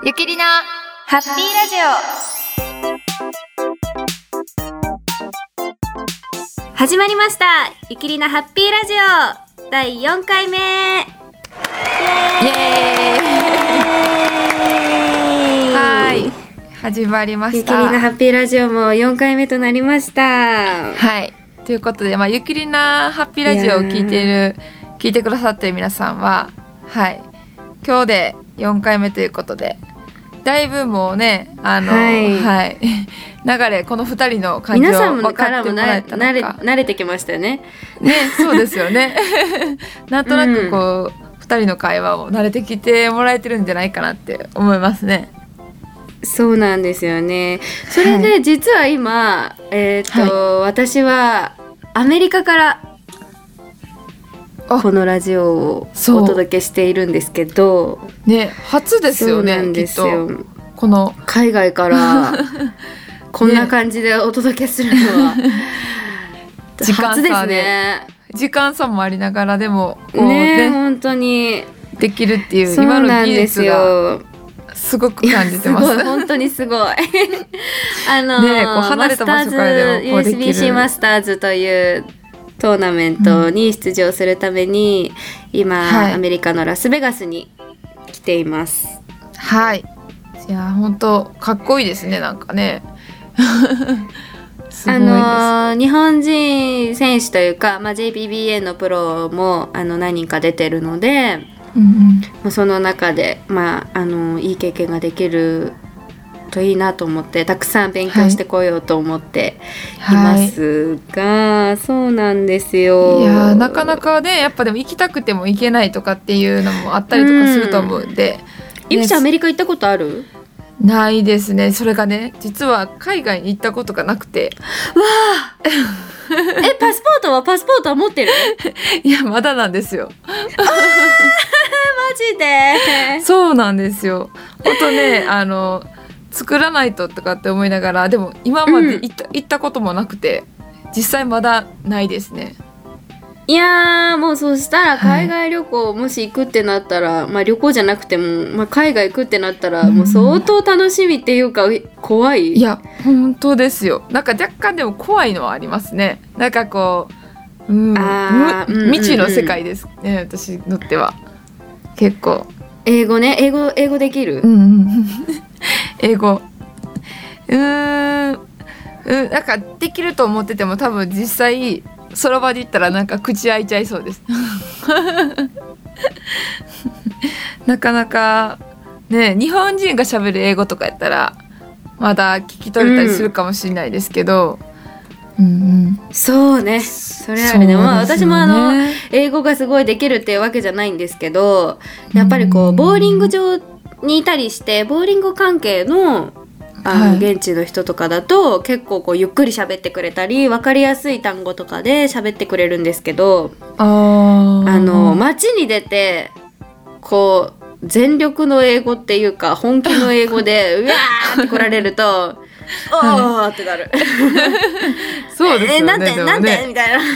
ゆきりなハッピーラジオ始まりました。ゆきりなハッピーラジオ第4回目。イエーイ。 はい、始まりました。 ゆきりなハッピーラジオも4回目となりました。 はい、ということで、ゆきりなハッピーラジオを聞いてくださっている皆さんは、はい、今日で4回目ということで、だいぶもうね、はい、流れ、この2人の感じを分かってもらえたのか。 皆さんも慣れてきましたよね。 ね、そうですよね。なんとなくこう、2人の会話を慣れてきてもらえてるんじゃないかなって思いますね。 そうなんですよね。それで実は今、私はアメリカからこのラジオをお届けしているんですけど、 ね、初ですよね。 そうなんですよ。 きっとこの海外からこんな感じでお届けするのは、初ですね。 時間差もありながらでもこうね、本当にできるっていう今の技術がすごく感じてます。 すごい、本当にすごい。 ね、こう離れた場所からでもこうできる USBC マスターズというトーナメントに出場するために、今、アメリカのラスベガスに来ています。 はい。いや本当かっこいいですね、なんかね。すごいです。 日本人選手というか、JPBA のプロも何人か出てるので、その中で、いい経験ができるといいなと思って、たくさん勉強してこようと思っていますが、そうなんですよ。 いやなかなかね、やっぱでも行きたくても行けないとかっていうのもあったりとかすると思うんで、 ゆきちゃんアメリカ行ったことある？ ないですね。それがね、実は海外に行ったことがなくて。 わあパスポートは持ってる？ いや、まだなんですよ。 マジで？ そうなんですよ。本当ね、作らないととかって思いながら、でも今まで行ったこともなくて、実際まだないですね。 いやー、もうそしたら海外旅行もし行くってなったら、旅行じゃなくても、海外行くってなったら、もう相当楽しみっていうか、怖い。 いや本当ですよ。なんか若干でも怖いのはありますね。なんかこう、未知の世界ですね、私にとっては。結構英語できる？ 英語なんかできると思ってても、多分実際その場で言ったらなんか口開いちゃいそうです。なかなかね、日本人が喋る英語とかやったらまだ聞き取れたりするかもしれないですけど、 そうね、それあるね。私も英語がすごいできるっていうわけじゃないんですけど、やっぱりこうボーリング場にいたりして、ボーリング関係の現地の人とかだと結構こうゆっくり喋ってくれたり、分かりやすい単語とかで喋ってくれるんですけど、街に出てこう全力の英語っていうか本気の英語でうわーって来られるとおーってなる。 そうですよね。 なんでみたい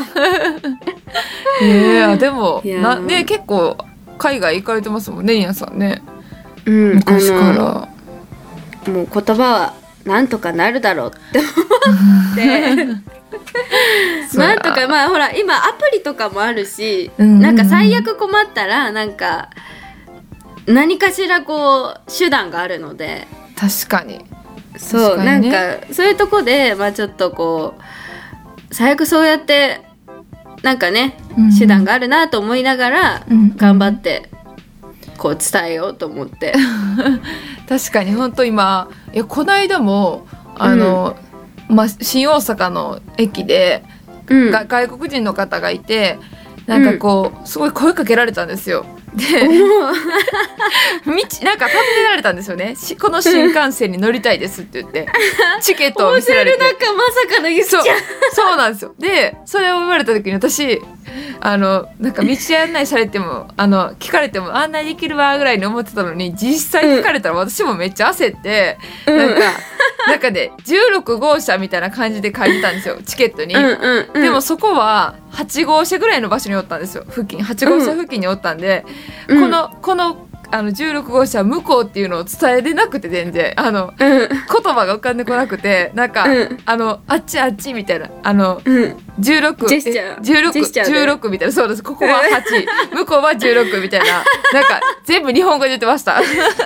な。でもね、結構海外行かれてますもんね、ニアさんね。昔からもう言葉はなんとかなるだろうって思ってなんとかほら今アプリとかもあるし、なんか最悪困ったらなんか何かしらこう手段があるので、 確かにそう、なんかそういうとこでちょっとこう最悪そうやってなんかね、手段があるなと思いながら頑張ってこう伝えようと思って確かに本当今、この間も新大阪の駅で、外国人の方がいて、なんかこう、すごい声かけられたんですよ。でなんか尋ねられたんですよね。この新幹線に乗りたいですって言ってチケットを見せられて、 なんかまさかのゆきちゃんそうなんですよ。でそれを言われた時に私なんか道案内されても聞かれても案内できるわぐらいに思ってたのに、実際聞かれたら私もめっちゃ焦って、なんかで16号車みたいな感じで書いてたんですよ、チケットに。でもそこは8号車ぐらいの場所におったんですよ。8号車付近におったんで、この 16号車向こうっていうのを伝えれなくて、全然言葉が浮かんでこなくて、なんか、あっちあっちみたいな16 ジェスチャー 16みたいな、そうです、ここは8向こうは16みたいな、なんか全部日本語で言ってました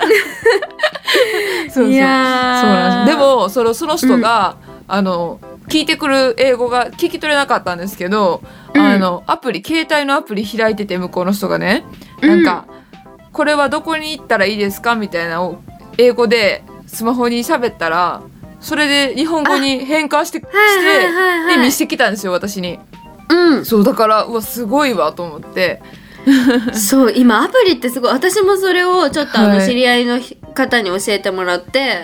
そういやそうなんです。でもその人が、聞いてくる英語が聞き取れなかったんですけど、アプリ、携帯のアプリ開いてて、向こうの人がね、なんか、これはどこに行ったらいいですかみたいなを英語でスマホに喋ったら、それで日本語に変換してで見せてきたんですよ、私に。そうだから、うわすごいわと思って。 そう、今アプリってすごい、私もそれをちょっと知り合いの方に教えてもらって、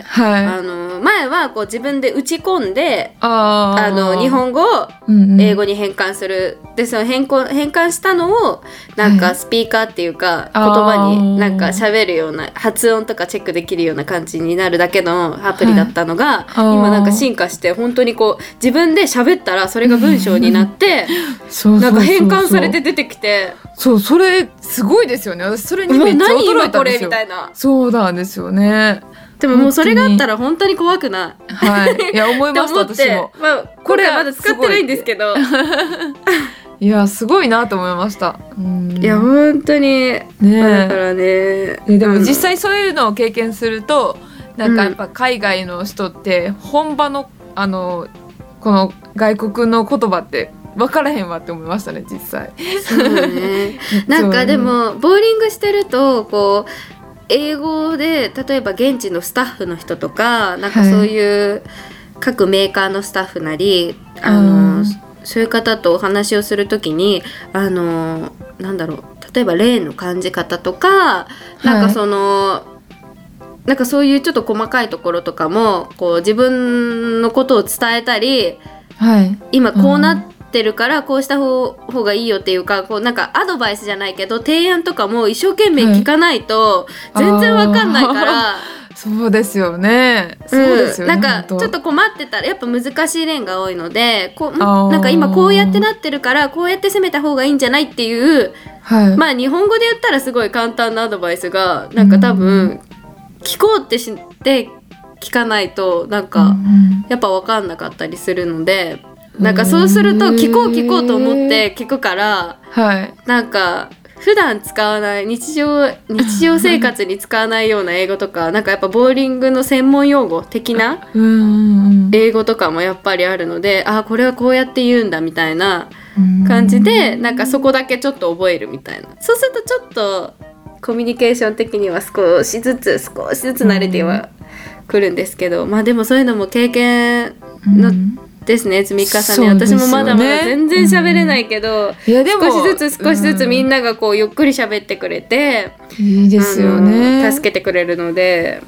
前はこう自分で打ち込んで日本語を英語に変換する、でその変換したのをなんかスピーカーっていうか、言葉になんか喋るような、発音とかチェックできるような感じになるだけのアプリだったのが、今なんか進化して、本当にこう自分で喋ったらそれが文章になってなんか変換されて出てきて、 それすごいですよね。私それにめっちゃ驚いたんですよ。 何今これみたいな。 そうなんですよね。 でももうそれがあったら本当に怖くない。 はい。いや思いました私も。 これまだ使ってないんですけど。 いやすごいなと思いました。 いや本当にね。だからね。 でも実際そういうのを経験すると、なんかやっぱ海外の人って本場のこの外国の言葉って分からへんわって思いましたね、実際。 そうね。なんかでもボーリングしてるとこう英語で、例えば現地のスタッフの人とか、なんかそういう各メーカーのスタッフなり、そういう方とお話をするときになんだろう、例えば例の感じ方とか、なんかなんかそういうちょっと細かいところとかもこう自分のことを伝えたり、今こうなってるからこうした方がいいよっていうか、こうなんかアドバイスじゃないけど提案とかも一生懸命聞かないと全然わかんないから、 そうですよね。そうですよね。 なんかちょっと困ってたらやっぱ難しい例が多いので、なんか今こうやってなってるからこうやって攻めた方がいいんじゃないっていう、まあ日本語で言ったらすごい簡単なアドバイスが、なんか多分聞こうってして聞かないとなんかやっぱ分かんなかったりするので、なんかそうすると聞こうと思って聞くから、なんか普段使わない日常生活に使わないような英語とか、なんかやっぱボーリングの専門用語的な英語とかもやっぱりあるので、これはこうやって言うんだみたいな感じで、なんかそこだけちょっと覚えるみたいな。そうするとちょっとコミュニケーション的には少しずつ慣れてはくるんですけど、まあでもそういうのも経験のですね、積み重ね。私もまだまだ全然喋れないけど、少しずつみんながこうゆっくり喋ってくれて、 いいですよね。 助けてくれるので、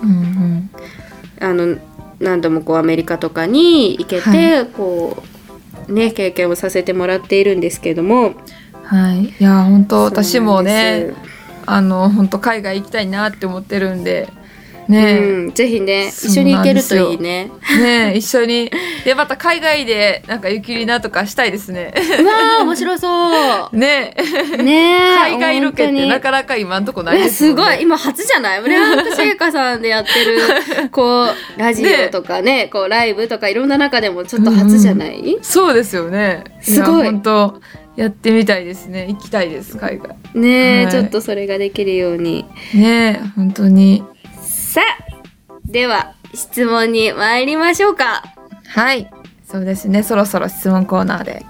何度もこうアメリカとかに行けて、こうね経験をさせてもらっているんですけども、 いや本当私もね本当海外行きたいなって思ってるんで。 ぜひね一緒に行けるといいね。 一緒にでまた海外でなんか雪りなとかしたいですね。 うわ面白そうね海外ロケってなかなか今んとこないですもんね。 すごい今初じゃない？村山シェイカさんでやってるこうラジオとかねこうライブとかいろんな中でもちょっと初じゃない？ そうですよね。 すごい本当やってみたいですね。行きたいです海外ね、ちょっとそれができるように本当に。 さあでは質問に参りましょうか。 そうですね、そろそろ質問コーナーで。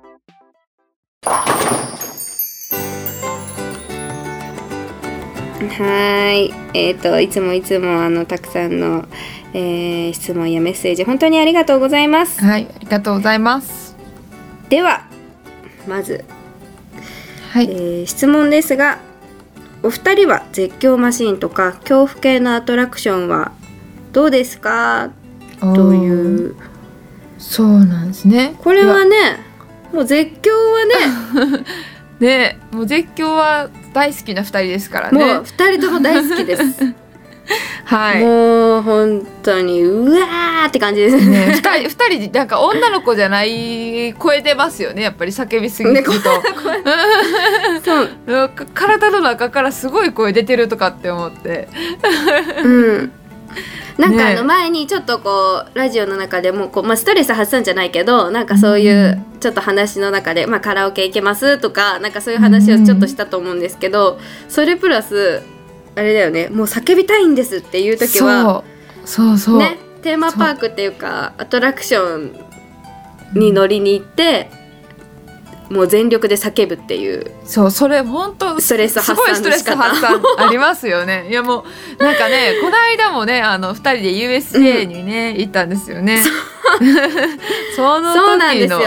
いつもたくさんの、質問やメッセージ本当にありがとうございます。 ありがとうございます。 ではまず、質問ですが、お二人は絶叫マシーンとか恐怖系のアトラクションはどうですかという。 そうなんですね。 これはねもう絶叫はねもう絶叫は大好きな2人ですからね。 もう2人とも大好きですはい、 もう本当にうわーって感じですね。 2人なんか女の子じゃない声出ますよね、やっぱり叫びすぎると、 そうなんか体の中からすごい声出てるとかって思って、 なんか前にちょっとこうラジオの中でもこう、ストレス発散じゃないけどなんかそういうちょっと話の中で、カラオケ行けますとかなんかそういう話をちょっとしたと思うんですけど、それプラスあれだよね、もう叫びたいんですっていう時はそうね、テーマパークっていうかアトラクションに乗りに行って、もう全力で叫ぶっていう、 それ本当ストレス発散の仕方ありますよね。いやもうなんかねこの間もね2人で USJ にね、行ったんですよね。その時のそうなんですよ。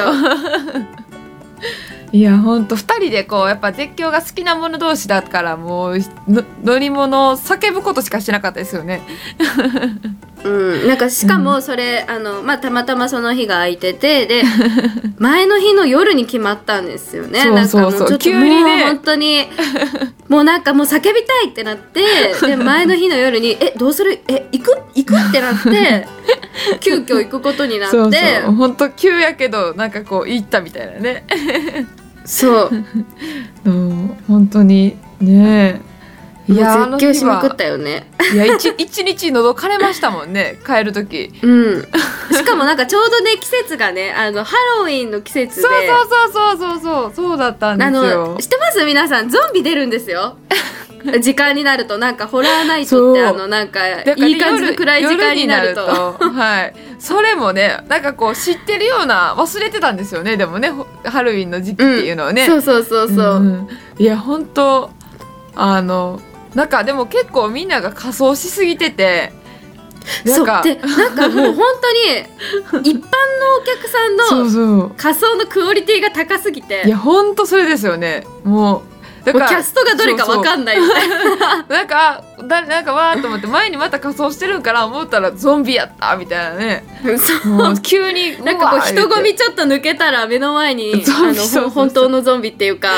いやほんと2人でこうやっぱ絶叫が好きな者同士だからもう乗り物を叫ぶことしかしなかったですよね。 なんかしかもそれ、たまたまその日が空いててで前の日の夜に決まったんですよね。なんかもうちょっと急にね、もう本当にもうなんかもう叫びたいってなってで前の日の夜にどうする行くってなって急遽行くことになって本当急やけどなんかこう行ったみたいなね。 そう本当にね。 いや絶叫しまくったよね。 いや一日喉枯れましたもんね帰る時。 しかもなんかちょうどね季節がねハロウィンの季節でそうだったんですよ。 知ってます皆さんゾンビ出るんですよ。時間になるとなんかホラーナイトってなんかいい感じの暗い時間になるとはい、それもねなんかこう知ってるような忘れてたんですよね。でもねハロウィンの時期っていうのはね、いや本当なんかでも結構みんなが仮装しすぎててなんかもう本当に一般のお客さんの仮装のクオリティが高すぎていや本当それですよね。もうだからキャストがどれか分かんないみたいななんかわーっと思って前にまた仮装してるんから思ったらゾンビやったみたいなね。もう急になんかこう人混みちょっと抜けたら目の前に本当のゾンビっていうか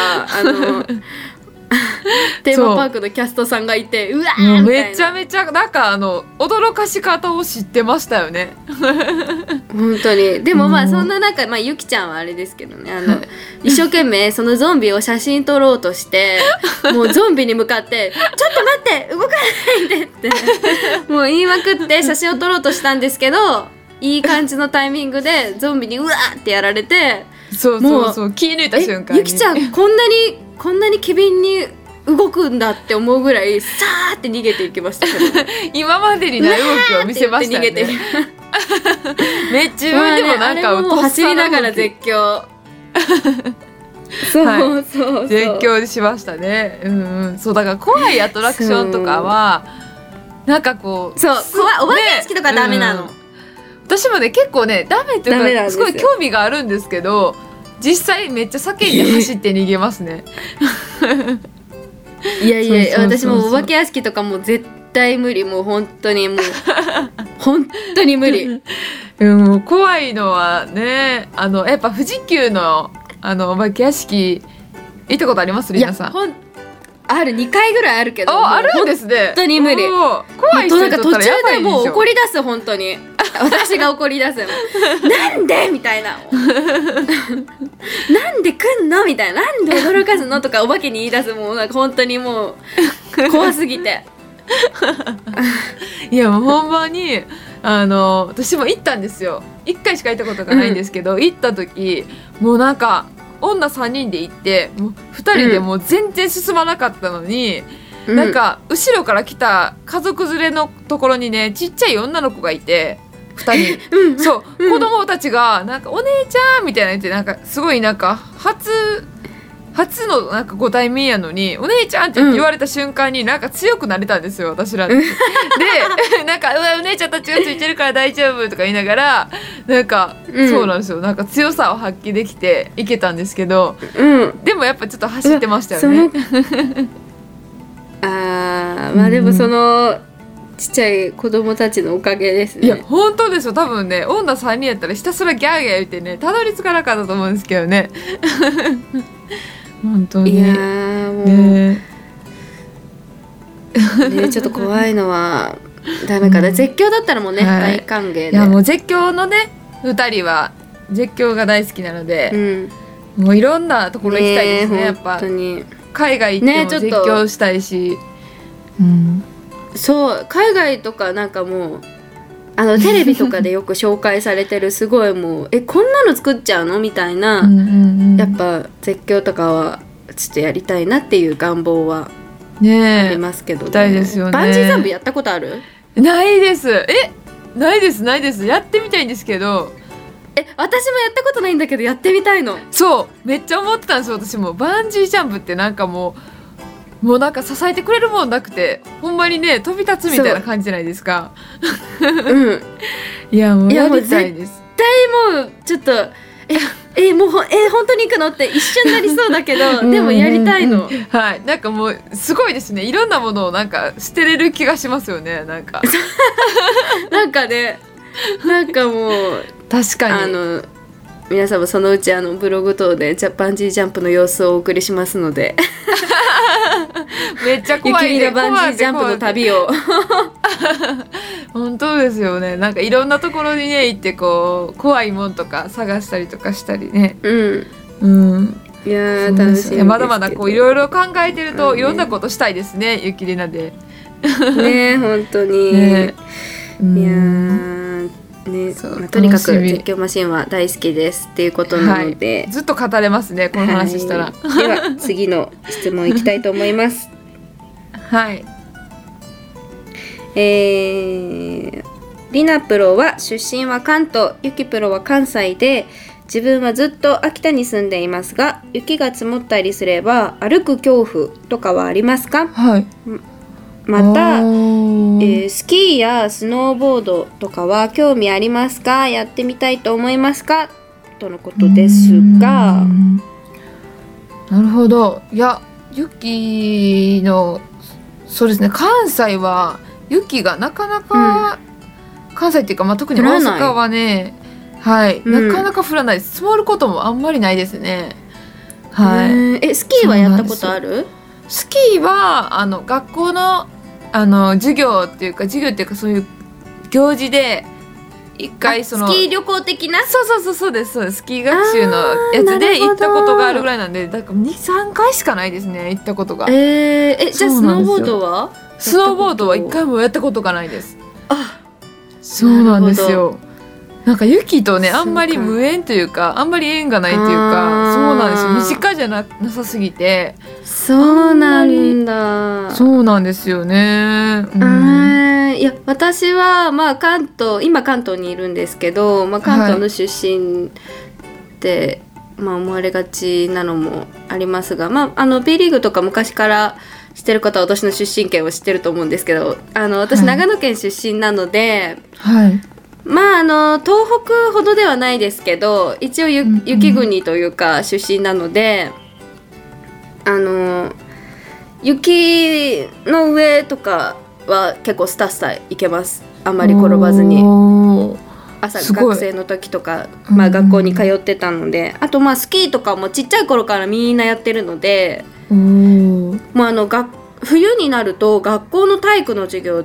テーマパークのキャストさんがいてうわーみたいな、 めちゃめちゃなんか驚かし方を知ってましたよね。 本当に。でもそんな中、ゆきちゃんはあれですけどね一生懸命そのゾンビを写真撮ろうとしてもうゾンビに向かって「ちょっと待って動かないで」ってもう言いまくって写真を撮ろうとしたんですけどいい感じのタイミングでゾンビにうわーってやられてそう気抜いた瞬間にゆきちゃんこんなに機敏に動くんだって思うぐらいさーって逃げていきましたけど今までにない動きを見せましたよね。めっちゃ自分でもなんかあれも走りながら絶叫そう絶叫しましたね。そうだから怖いアトラクションとかはなんかこう怖いお化け屋敷とかダメなの、 私もね結構ねダメっていうかすごい興味があるんですけど実際めっちゃ叫んで走って逃げますね。 いや私もお化け屋敷とかも絶対無理。もう本当に本当に無理。 怖いのはねやっぱ富士急のお化け屋敷行ったことあります？りなさん。 ある2回ぐらいあるけどあるんですね。 本当に無理。 怖い人だったらやばいでしょ。 途中でもう怒り出す本当に私が怒り出すなんでみたいななんで来んのみたいななんで驚かすのとかお化けに言い出すもうなんか本当にもう怖すぎていやもうほんまに私も行ったんですよ。1回しか行ったことがないんですけど、行った時もうなんか女3人で行ってもう2人でもう全然進まなかったのに、なんか後ろから来た家族連れのところにねちっちゃい女の子がいて2人そう、子供たちがなんかお姉ちゃんみたいな言ってなんかすごいなんか初のなんかご対面やのにお姉ちゃんって言われた瞬間になんか強くなれたんですよ私らって。でなんかお姉ちゃんたちがついてるから大丈夫とか言いながらなんか、そうなんですよなんか強さを発揮できていけたんですけど、でもやっぱちょっと走ってましたよね。 でもそのちっちゃい子供たちのおかげですね。 いや本当ですよ。多分ね女3人やったらひたすらギャーギャー言ってねたどり着かなかったと思うんですけどね。本当に。 いやもうねちょっと怖いのはダメかな、絶叫だったらもうね、大歓迎で。 いやもう絶叫のね2人は絶叫が大好きなので、もういろんなところ行きたいですねやっぱ。 本当に海外行っても絶叫したいし、 そう海外とかなんかもうテレビとかでよく紹介されてるすごいもうこんなの作っちゃうのみたいな、やっぱ絶叫とかはちょっとやりたいなっていう願望はありますけどね。 ですよね。 バンジージャンプやったことある？ ないです。ないです。やってみたいんですけど。 私もやったことないんだけどやってみたいの。 そうめっちゃ思ってたんですよ。私もバンジージャンプってなんかもうなんか支えてくれるもんなくて、ほんまにね飛び立つみたいな感じじゃないですか。いやもうやりたいです。 絶対もうちょっともう本当に行くのって一瞬なりそうだけどでもやりたいの。 はい、なんかもうすごいですね。いろんなものをなんか捨てれる気がしますよね。なんかなんかね、なんかもう確かに皆さんもそのうちブログ等でバンジージャンプの様子をお送りしますのでめっちゃ怖いね。 雪見のバンジージャンプの旅を本当ですよね。なんかいろんなところにね行ってこう怖いもんとか探したりとかしたりね。 いや楽しい。 まだまだこういろいろ考えてるといろんなことしたいですね。雪りなでね本当に、ね、いやね、とにかく絶叫マシンは大好きですっていうことなので、 ずっと語れますねこの話したら。 では次の質問いきたいと思います。 はい。 りなプロは出身は関東、ゆきプロは関西で、自分はずっと秋田に住んでいますが、雪が積もったりすれば歩く恐怖とかはありますか？ はい。 また、スキーやスノーボードとかは興味ありますか？やってみたいと思いますか？とのことですが。 なるほど。いや雪のそうですね、関西は雪がなかなか、関西っていうか、特に大阪はね、はい、なかなか降らないです。積もることもあんまりないですね。はい。 スキーはやったことある？ スキーは学校の授業っていうかそういう行事で一回スキー旅行的な？ そうです。スキー学習のやつで行ったことがあるぐらいなんで、だから 2,3 回しかないですね、行ったことが。 じゃあスノーボードは？ スノーボードは1回もやったことがないです。そうなんですよ。なんか雪とねあんまり無縁というか、あんまり縁がないというか、そうなんですよ。身近じゃなさすぎて。 そうなんだ。 そうなんですよね。 いや私は今関東にいるんですけど、関東の出身って思われがちなのもありますが、B リーグとか昔から知ってる方は私の出身県を知ってると思うんですけど、私長野県出身なので、東北ほどではないですけど、一応雪国というか出身なので、雪の上とかは結構スタスタ行けます。あんまり転ばずに。朝学生の時とか、学校に通ってたので、あとスキーとかもちっちゃい頃からみんなやってるので、冬になると学校の体育の授業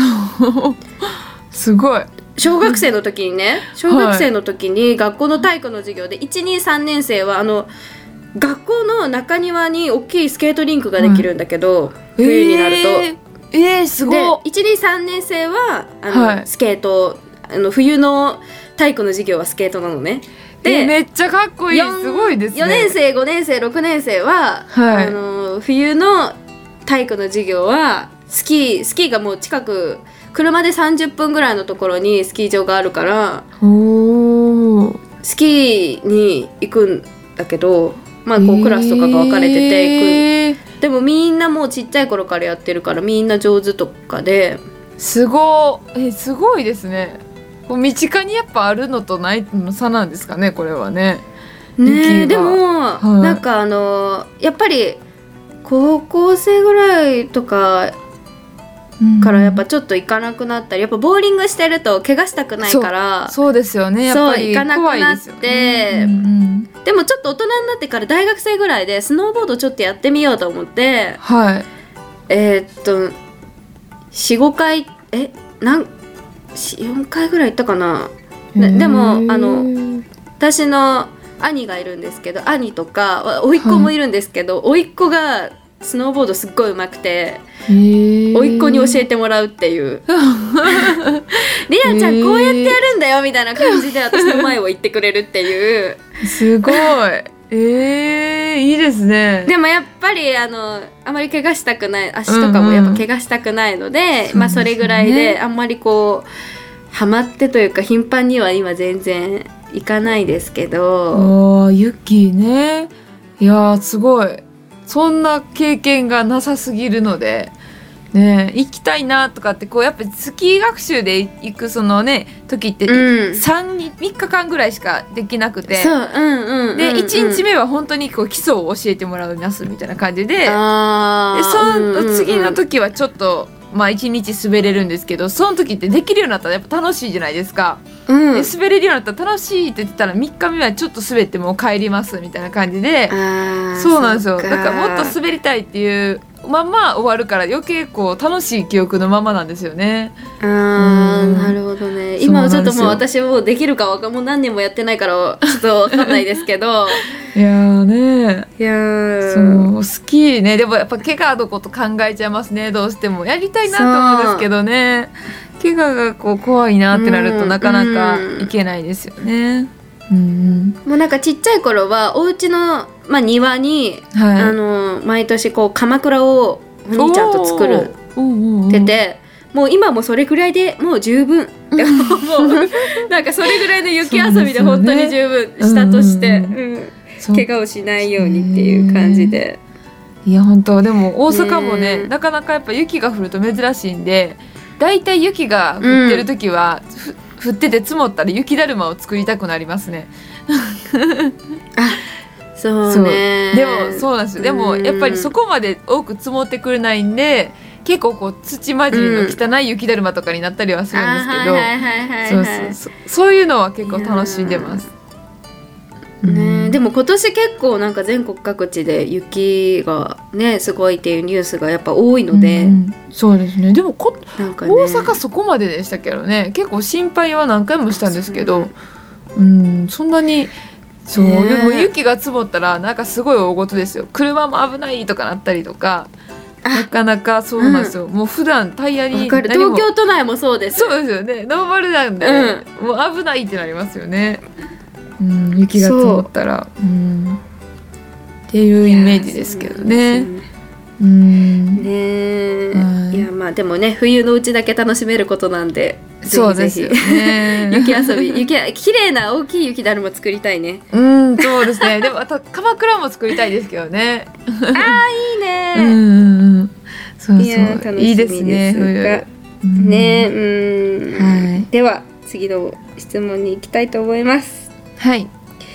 ですごい小学生の時に学校の体育の授業で 1,2,3 年生は学校の中庭に大きいスケートリンクができるんだけど、冬になるとすごい。 で 1,2,3 年生はスケート、冬の体育の授業はスケートなのね。でめっちゃかっこいい。すごいですね。 4年生5年生6年生は、冬の体育の授業はスキーがもう近く車で30分ぐらいのところにスキー場があるから、スキーに行くんだけど、こうクラスとかが分かれてて行く。でもみんなもうちっちゃい頃からやってるからみんな上手とかで、すごいですね。身近にやっぱあるのとないの差なんですかね、これはね。 でも、なんかやっぱり高校生ぐらいとかからやっぱちょっと行かなくなったり、やっぱボーリングしてると怪我したくないから、 そうですよね。やっぱり行かなくなって、でもちょっと大人になってから大学生ぐらいでスノーボードちょっとやってみようと思って、4,5 回4回ぐらい行ったかな。でも私の兄がいるんですけど、兄とか甥っ子もいるんですけど、甥っ子がスノーボードすっごい上手くて、甥っ子に教えてもらうっていうリナちゃんこうやってやるんだよみたいな感じで私の前を行ってくれるっていうすごいいいですね。 でもやっぱりあまり怪我したくない、足とかもやっぱ怪我したくないので、まあそれぐらいであんまりこうハマってというか頻繁には今全然行かないですけど。 雪ね、いやすごい、そんな経験がなさすぎるのでね、行きたいなとかってこうやっぱスキー学習で行くそのね時って3日間ぐらいしかできなくて、で1日目は本当にこう基礎を教えてもらいますみたいな感じで、その次の時はちょっとまあ1日滑れるんですけど、その時ってできるようになったらやっぱ楽しいじゃないですか、で滑れるようになったら楽しいって言ってたら3日目はちょっと滑ってもう帰りますみたいな感じで、そうなんですよ。だからもっと滑りたいっていうまま終わるから余計こう楽しい記憶のままなんですよね。 なるほどね。今はちょっともう私もうできるかもう何年もやってないからちょっと分かんないですけどいやね、 そうスキーね、でもやっぱ怪我のこと考えちゃいますね、どうしても。やりたいなと思うんですけどね、怪我がこう怖いなってなるとなかなかいけないですよね。 もうなんかちっちゃい頃はお家の、庭に、毎年こう鎌倉をお兄ちゃんと作るってて、もう今もそれぐらいでもう十分もうなんかそれぐらいの雪遊びで本当に十分したとして、怪我をしないようにっていう感じで。 いや本当でも大阪もね、なかなかやっぱ雪が降ると珍しいんで、だいたい雪が降ってる時は、降ってて積もったら雪だるまを作りたくなりますねそうね。 でもそうなんですよ。でもやっぱりそこまで多く積もってくれないんで、結構こう土混じりの汚い雪だるまとかになったりはするんですけど、そういうのは結構楽しんでます。 でも今年結構なんか全国各地で雪がねすごいっていうニュースがやっぱ多いので、 そうですね。でもなんか、大阪そこまででしたけどね、結構心配は何回もしたんですけど、そんなにでも雪が積もったらなんかすごい大事ですよ。車も危ないとかなったりとか、なかなかそうなんですよ。もう普段タイヤに東京都内もそうです。 そうですよね。ノーマルなんで、もう危ないってなりますよね。雪が積もったら、っていうイメージですけどね。 いやまあでもね、冬のうちだけ楽しめることなんで、 そうですよね。 雪遊び、綺麗な大きい雪だるま作りたいね。 そうですね。でも鎌倉も作りたいですけどね。 いいね。 そういいですね。 では次の質問に行きたいと思います。 はい。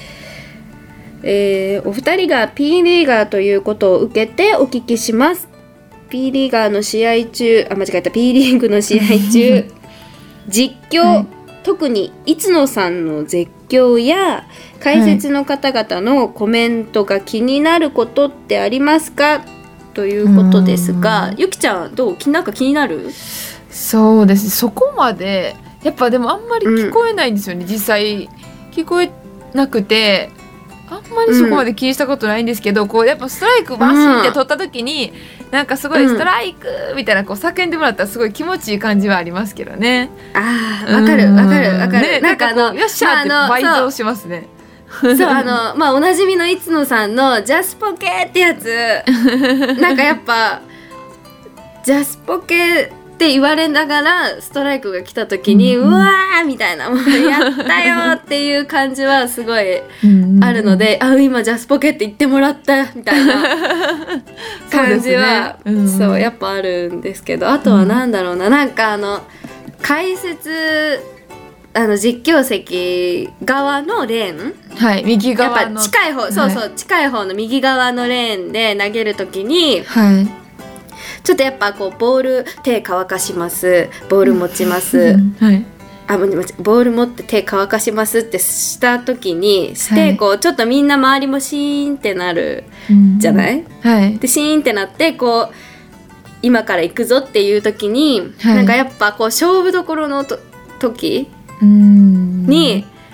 お二人が P リーガーということを受けてお聞きします。P リーガーの試合中、P リーグの試合中実況、特に逸野さんの絶叫や解説の方々のコメントが気になることってありますか、ということですが、ゆきちゃんどう？なんか気になる？ そうです。そこまでやっぱでもあんまり聞こえないんですよね、実際聞こえなくて、あんまりそこまで気にしたことないんですけど、こうやっぱストライクバシンって取った時に、なんかすごいストライクみたいなこう叫んでもらったらすごい気持ちいい感じはありますけどね。 わかる、ね、 なんかよっしゃーって倍増しますね。 そうおなじみの逸野さんのジャスポケってやつなんかやっぱジャスポケって言われながらストライクが来た時に、うわーみたいな、もうやったよっていう感じはすごいあるので、今ジャスポケって言ってもらったみたいな感じはそうやっぱあるんですけど、あとはなんだろうな、なんか解説実況席側のレーン、 右側のやっぱ近い方、近い方の右側のレーンで投げるときに、ちょっとやっぱこうボール手乾かします、ボール持ちます、ボール持って手乾かしますってしたときにしてこうちょっとみんな周りもシーンってなるじゃない、でシーンってなってこう今から行くぞっていうときに、なんかやっぱこう勝負どころの時に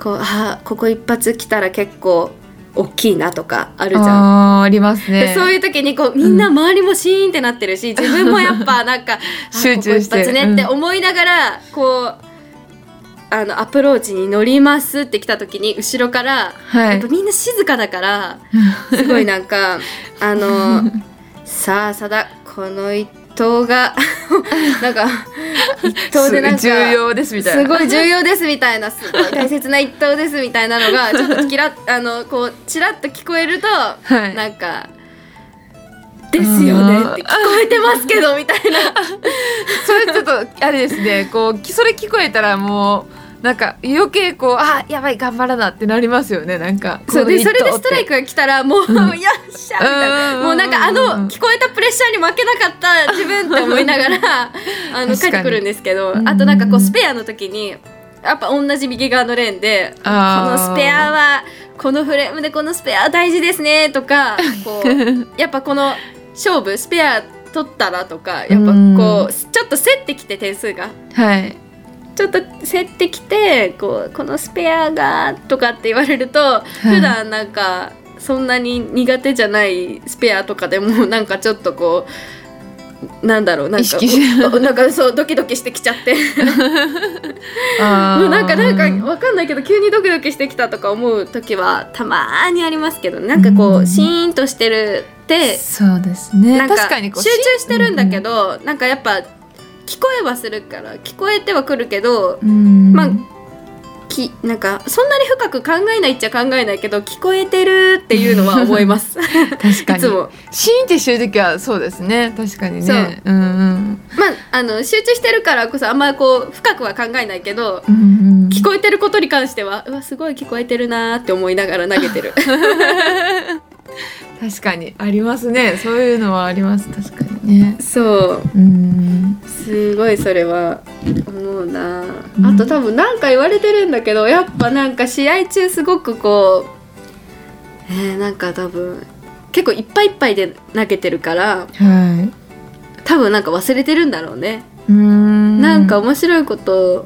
こうここ一発来たら結構大きいなとかあるじゃん。 ありますね。 でそういう時にこうみんな周りもシーンってなってるし、自分もやっぱなんか集中してここ一発ねって思いながら、こうアプローチに乗りますって来た時に後ろから、やっぱみんな静かだからすごいなんかさあさだこの一投がなんか一投でなんか重要ですみたいな、 すごい重要ですみたいな、すごい大切な一投ですみたいなのがちょっとこうチラッと聞こえると、なんかですよねって聞こえてますけどみたいなそれちょっとあれですね、こうそれ聞こえたらもうなんか余計こうやばい頑張らなってなりますよね。なんかそうで、それでストライクが来たらもう、よっしゃみたいな、もうなんか聞こえたプレッシャーに負けなかった自分って思いながら帰ってくるんですけど、あとなんかこうスペアの時にやっぱ同じ右側のレーンでこのスペアはこのフレームでこのスペア大事ですねとか、こうやっぱこの勝負スペア取ったらとか、やっぱこうちょっと競ってきて点数がちょっと競ってきてこのスペアがとかって言われると、普段なんかそんなに苦手じゃないスペアとかでもなんかちょっとこうなんだろう、なんかそうドキドキしてきちゃってもうなんかわかんないけど急にドキドキしてきたとか思う時はたまにありますけど、なんかこうシーンとしてるってそうですね、 なんか確かにこう集中してるんだけど、なんかやっぱ聞こえはするから聞こえてはくるけど、まあなんかそんなに深く考えないっちゃ考えないけど聞こえてるっていうのは思います確かにいつもシーンってしてる時はそうですね、確かにね。 集中してるからこそあんまりこう深くは考えないけど、聞こえてることに関してはすごい聞こえてるなって思いながら投げてる確かにありますね、そういうのはあります、確かにね。 そうすごいそれは思うな。あと多分なんか言われてるんだけど、やっぱなんか試合中すごくこうなんか多分結構いっぱいいっぱいで投げてるから、多分なんか忘れてるんだろうね。なんか面白いこと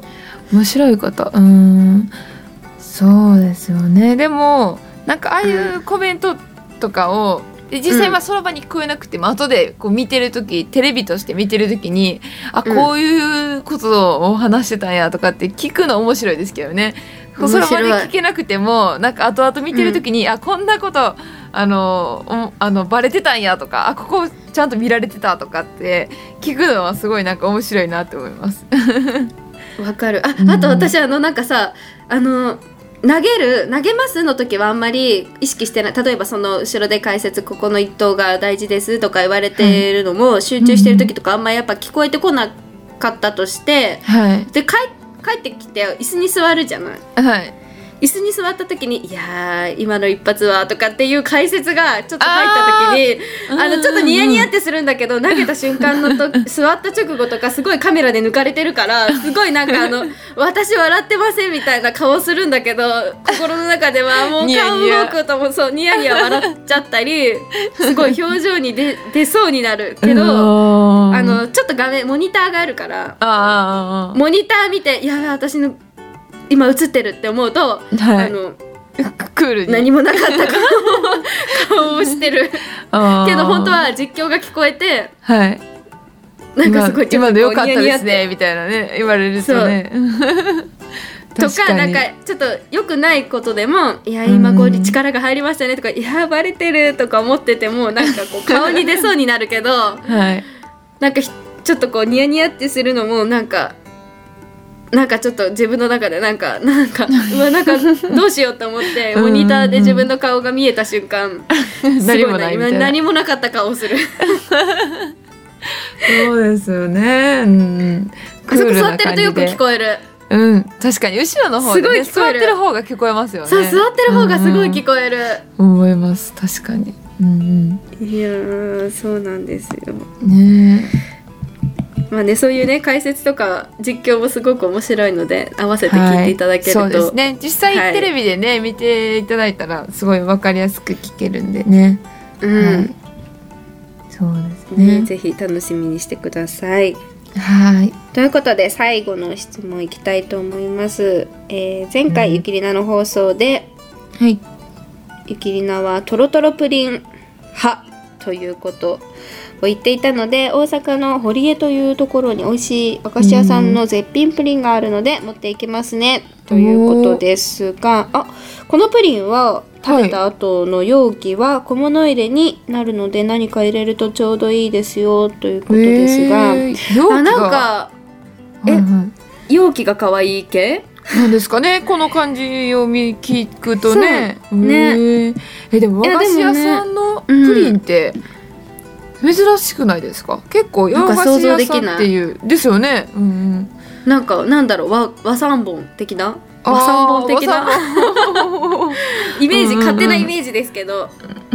そうですよね。でもなんかああいうコメントとかを、実際はその場に聞こえなくても、後でこう見てる時、テレビとして見てる時にこういうことを話してたんやとかって聞くの面白いですけどね。その場で聞けなくてもなんか後々見てる時に、こんなことバレてたんやとか、ここちゃんと見られてたとかって聞くのはすごいなんか面白いなって思いますわかる。あと私なんかさ投げますの時はあんまり意識してない。例えばその後ろで解説ここの一投が大事ですとか言われてるのも、集中してる時とかあんまりやっぱ聞こえてこなかったとして、で帰ってきて椅子に座るじゃない。椅子に座った時にいや今の一発はとかっていう解説がちょっと入った時にちょっとニヤニヤってするんだけど、投げた瞬間の座った直後とかすごいカメラで抜かれてるからすごいなんか私笑ってませんみたいな顔するんだけど、心の中ではもう顔動くともそうニヤニヤ笑っちゃったりすごい表情に出そうになるけどちょっとモニターがあるからモニター見て私の今映ってるって思うと、クールに何もなかった顔をしてるけど本当は実況が聞こえて、なんかすごい今の良かったですねみたいなね言われるとねとかなんかちょっと良くないことでも今こう力が入りましたねとかバレてるとか思っててもなんかこう顔に出そうになるけど、なんかちょっとこうニヤニヤってするのもなんかちょっと自分の中でなんかどうしようと思ってモニターで自分の顔が見えた瞬間何もなかった顔をするそうですよね、 あそこ座ってるとよく聞こえる。 確かに後ろの方で、座ってる方が聞こえますよね。 そう座ってる方がすごい聞こえる、 思います。確かに、 いやそうなんですよね。 そういうね解説とか実況もすごく面白いので合わせて聞いていただけると、 そうですね、実際テレビでね、見ていただいたらすごい分かりやすく聞けるんでね、そうですね、 ぜひ楽しみにしてください。 はい。 ということで最後の質問いきたいと思います。前回ゆきりなの放送で、 はい。 ゆきりなはトロトロプリン派ということを言っていたので、大阪の堀江というところに美味しい和菓子屋さんの絶品プリンがあるので持っていきますねということですが、このプリンは食べた後の容器は小物入れになるので何か入れるとちょうどいいですよということですが、なんか容器が可愛い系なんですかね、この感じを聞くとね。でも和菓子屋さんのプリンって珍しくないですか？結構洋菓子屋さんっていうですよね。 なんだろう、和三本的な和三本的なイメージ、勝手なイメージですけど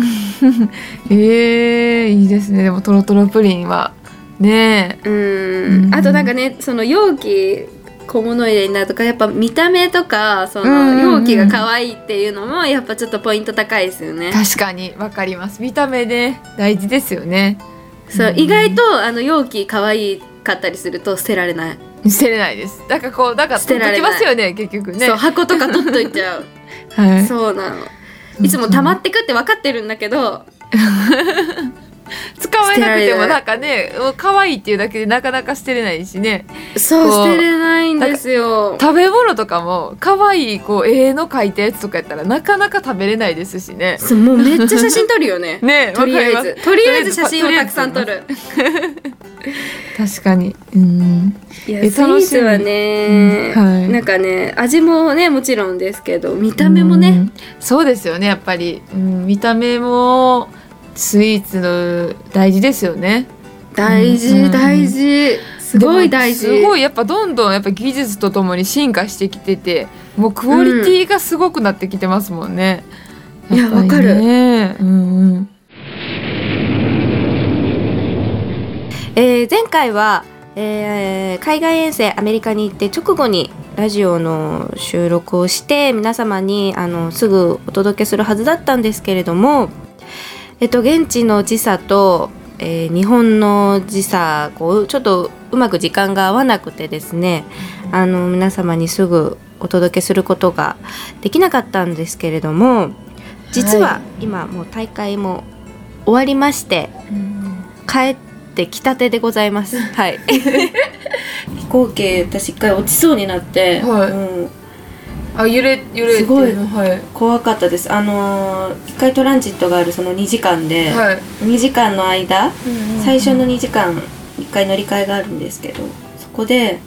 いいですね。でもトロトロプリンはね、 あとなんかね、その容器小物入れになるとか、やっぱ見た目とかその容器が可愛いっていうのもやっぱちょっとポイント高いですよね。 確かにわかります。見た目で大事ですよね。 そう意外と容器可愛かったりすると捨てられないです。だから取っときますよね、結局ね。 そう、箱とか取っといちゃうはい、 そうなの。いつも溜まってくって分かってるんだけど使わなくてもなんかね、可愛いっていうだけでなかなか捨てれないしね。 そう捨てれないんですよ。 食べ物とかも可愛い絵の描いたやつとかやったらなかなか食べれないですしね。 そう、もうめっちゃ写真撮るよねね、 とりあえず写真をたくさん撮る確かに。 いや、スイーツはね、なんかね、味もねもちろんですけど見た目もね、 そうですよね、やっぱり、見た目もスイーツの大事ですよね。 大事、すごい大事。 すごいやっぱどんどんやっぱ技術とともに進化してきてて、もうクオリティがすごくなってきてますもんね。 いや、わかる。前回は、海外遠征アメリカに行って直後にラジオの収録をして皆様にすぐお届けするはずだったんですけれども、現地の時差と、日本の時差ちょっとうまく時間が合わなくてですね、皆様にすぐお届けすることができなかったんですけれども、実は今もう大会も終わりまして、帰ってきたてでございますはい飛行機私一回落ちそうになって、揺れすごい怖かったです。一回トランジットがあるその2時間で、2時間の間、最初の2時間1回乗り換えがあるんですけど、そこ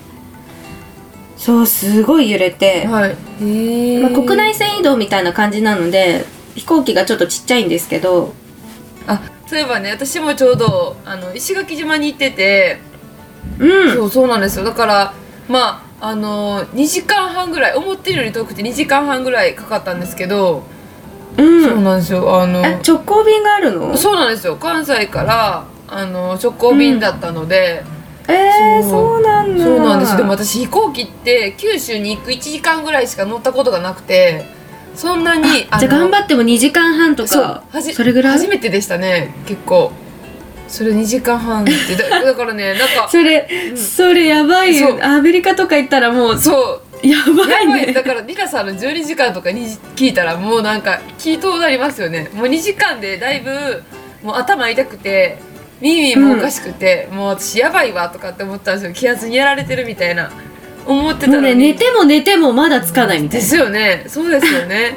ですごい揺れて、国内線移動みたいな感じなので飛行機がちょっとちっちゃいんですけど、 そういえばね、私もちょうど石垣島に行ってて、そうなんですよ。だから2時間半ぐらい、思ってるより遠くて2時間半ぐらいかかったんですけど、そうなんですよ。 直行便があるの？ そうなんですよ。関西から直行便だったので、 そうなんだ。 そうなんです。でも私飛行機って九州に行く1時間ぐらいしか乗ったことがなくて、そんなにじゃあ頑張っても2時間半とか、それぐらい初めてでしたね。結構それ2時間半ってだからね、なんかそれやばいよ。アメリカとか行ったらもうやばいね。 だからリカさんの12時間とかに聞いたらもうなんか気遠なりますよね。もう2時間でだいぶもう頭痛くて耳もおかしくて、もう私やばいわとかって思ったんですよ。気圧にやられてるみたいな思ってたのに、 もうね、寝てもまだつかないみたいな。 ですよね。そうですよね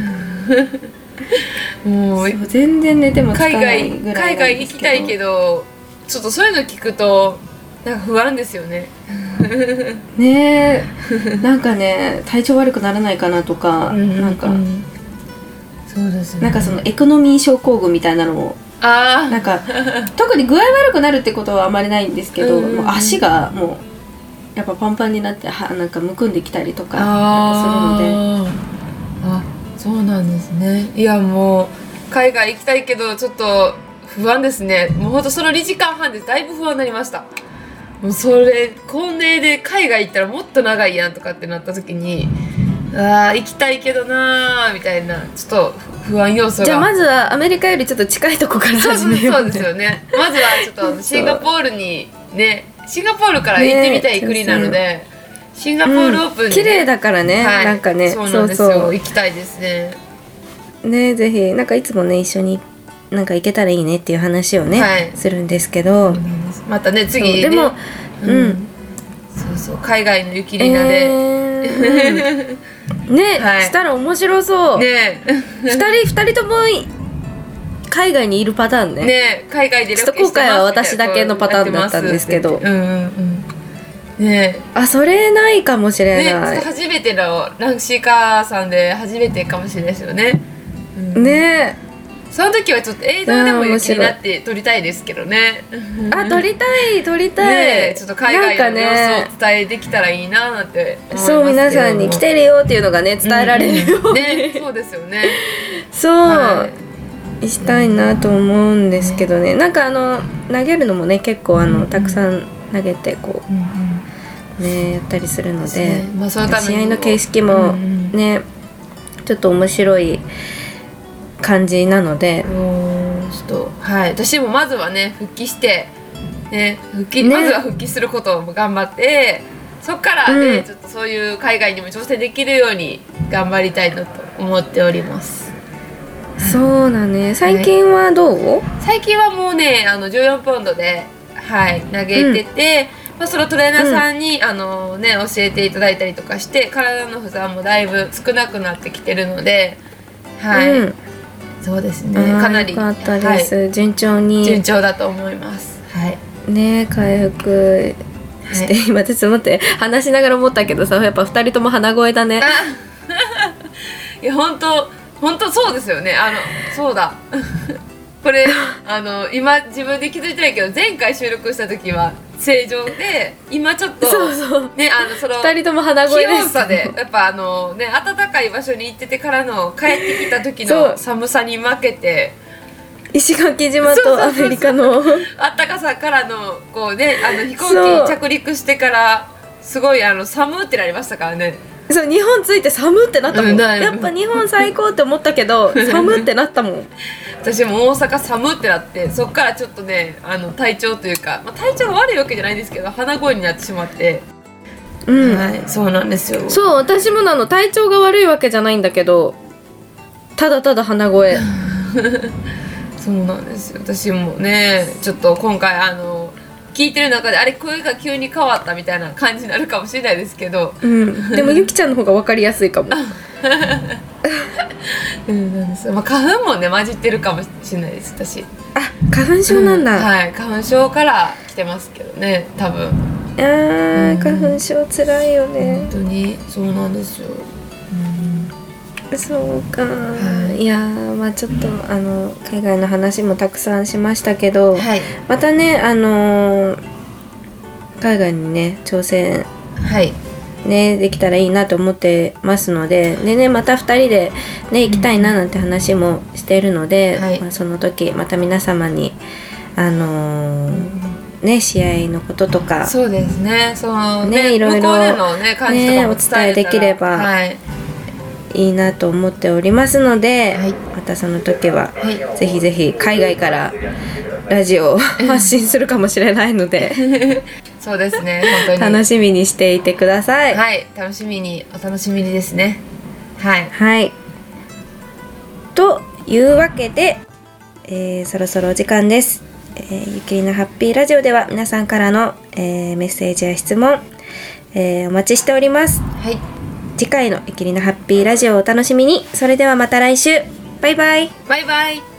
もう全然寝てもつかないぐらい。 海外行きたいけど、ちょっとそういうの聞くとなんか不安ですよねねえなんかね、体調悪くならないかなとか、なんかそうですね、 なんかそのエコノミー症候群みたいなのもなんか特に具合悪くなるってことはあまりないんですけど、もう足がもうやっぱパンパンになってなんかむくんできたりとかするので。 そうなんですね。いや、もう海外行きたいけどちょっと不安ですね。もうほんとその2時間半でだいぶ不安になりました。もうそれ高齢で海外行ったらもっと長いやんとかってなった時に、行きたいけどなーみたいな、ちょっと不安要素が。 じゃあまずはアメリカよりちょっと近いとこから始めよう。 そうですよね。まずはちょっとシンガポールにね、 シンガポールから行ってみたい国なので、シンガポールオープンに、 綺麗だからね、なんかね、 そうなんですよ、行きたいですね。 ね、ぜひなんかいつもね一緒になんか行けたらいいねっていう話をね、するんですけど、 またね次ね、 でもそう海外の雪りなでね、したら面白そうね。2人とも海外にいるパターンね。 海外でロケしてます。 ちょっと今回は私だけのパターンだったんですけど、それないかもしれない。 初めてのランシーカーさんで初めてかもしれないですよね。 ね、 その時はちょっと映像でも雪になって撮りたいですけどね。 撮りたい。 ちょっと海外の様子を伝えできたらいいななんて思いますけど。 そう、皆さんに来てるよっていうのがね伝えられるように、 そうですよね。 そうしたいなと思うんですけどね。なんか投げるのもね結構たくさん投げてこうねやったりするので、試合の形式もねちょっと面白い感じなので、 ちょっと私もまずはね復帰してまずは復帰することを頑張って、そっからね、ちょっとそういう海外にも挑戦できるように頑張りたいなと思っております。 そうだね。最近はどう？ 最近はもうね14ポンドで投げてて、そのトレーナーさんに教えていただいたりとかして体の負担もだいぶ少なくなってきてるので、そうですね、かなり良かったです。順調だと思います。 ね、回復して、今ちょっと待って話しながら思ったけどさ、やっぱ2人とも鼻声だね。 いや本当そうですよね。そうだこれ今自分で気づいてないけど、前回収録した時は正常で、今ちょっとねその 2人とも鼻声です。 気温差でやっぱ暖かい場所に行っててからの帰ってきた時の寒さに負けて、 石垣島とアメリカの暖かさからのこうね飛行機着陸してからすごい寒ってなりましたからね。 そう、日本着いて寒ってなったもん。やっぱ日本最高って思ったけど寒ってなったもん。 私も大阪寒ってなって、そっからちょっとね体調というか、体調が悪いわけじゃないんですけど鼻声になってしまって、そうなんですよ。 そう、私も体調が悪いわけじゃないんだけど、ただただ鼻声そうなんですよ。私もねちょっと今回聞いてる中で声が急に変わったみたいな感じになるかもしれないですけど、でもゆきちゃんの方が分かりやすいかも。なんですよ。花粉もね混じってるかもしれないです。私花粉症なんだ。 花粉症から来てますけどね、多分。 花粉症つらいよね。 本当にそうなんですよ。 そうか、いやちょっと海外の話もたくさんしましたけど、またね海外にね挑戦ねできたらいいなと思ってますので、ねまた2人でね行きたいななんて話もしているので、その時また皆様にね試合のこととか、 そうですね、 いろいろ向こうでのね感じとかもお伝えできればいいなと思っておりますので、またその時は、ぜひぜひ海外からラジオを発信するかもしれないのでそうですね、本当に楽しみにしていてください。 お楽しみにですね。 というわけで、そろそろお時間です。ゆきりのハッピーラジオでは皆さんからの、メッセージや質問、お待ちしております。次回のゆきりのハッピーラジオをお楽しみに。それではまた来週。バイバイ。 バイバイ。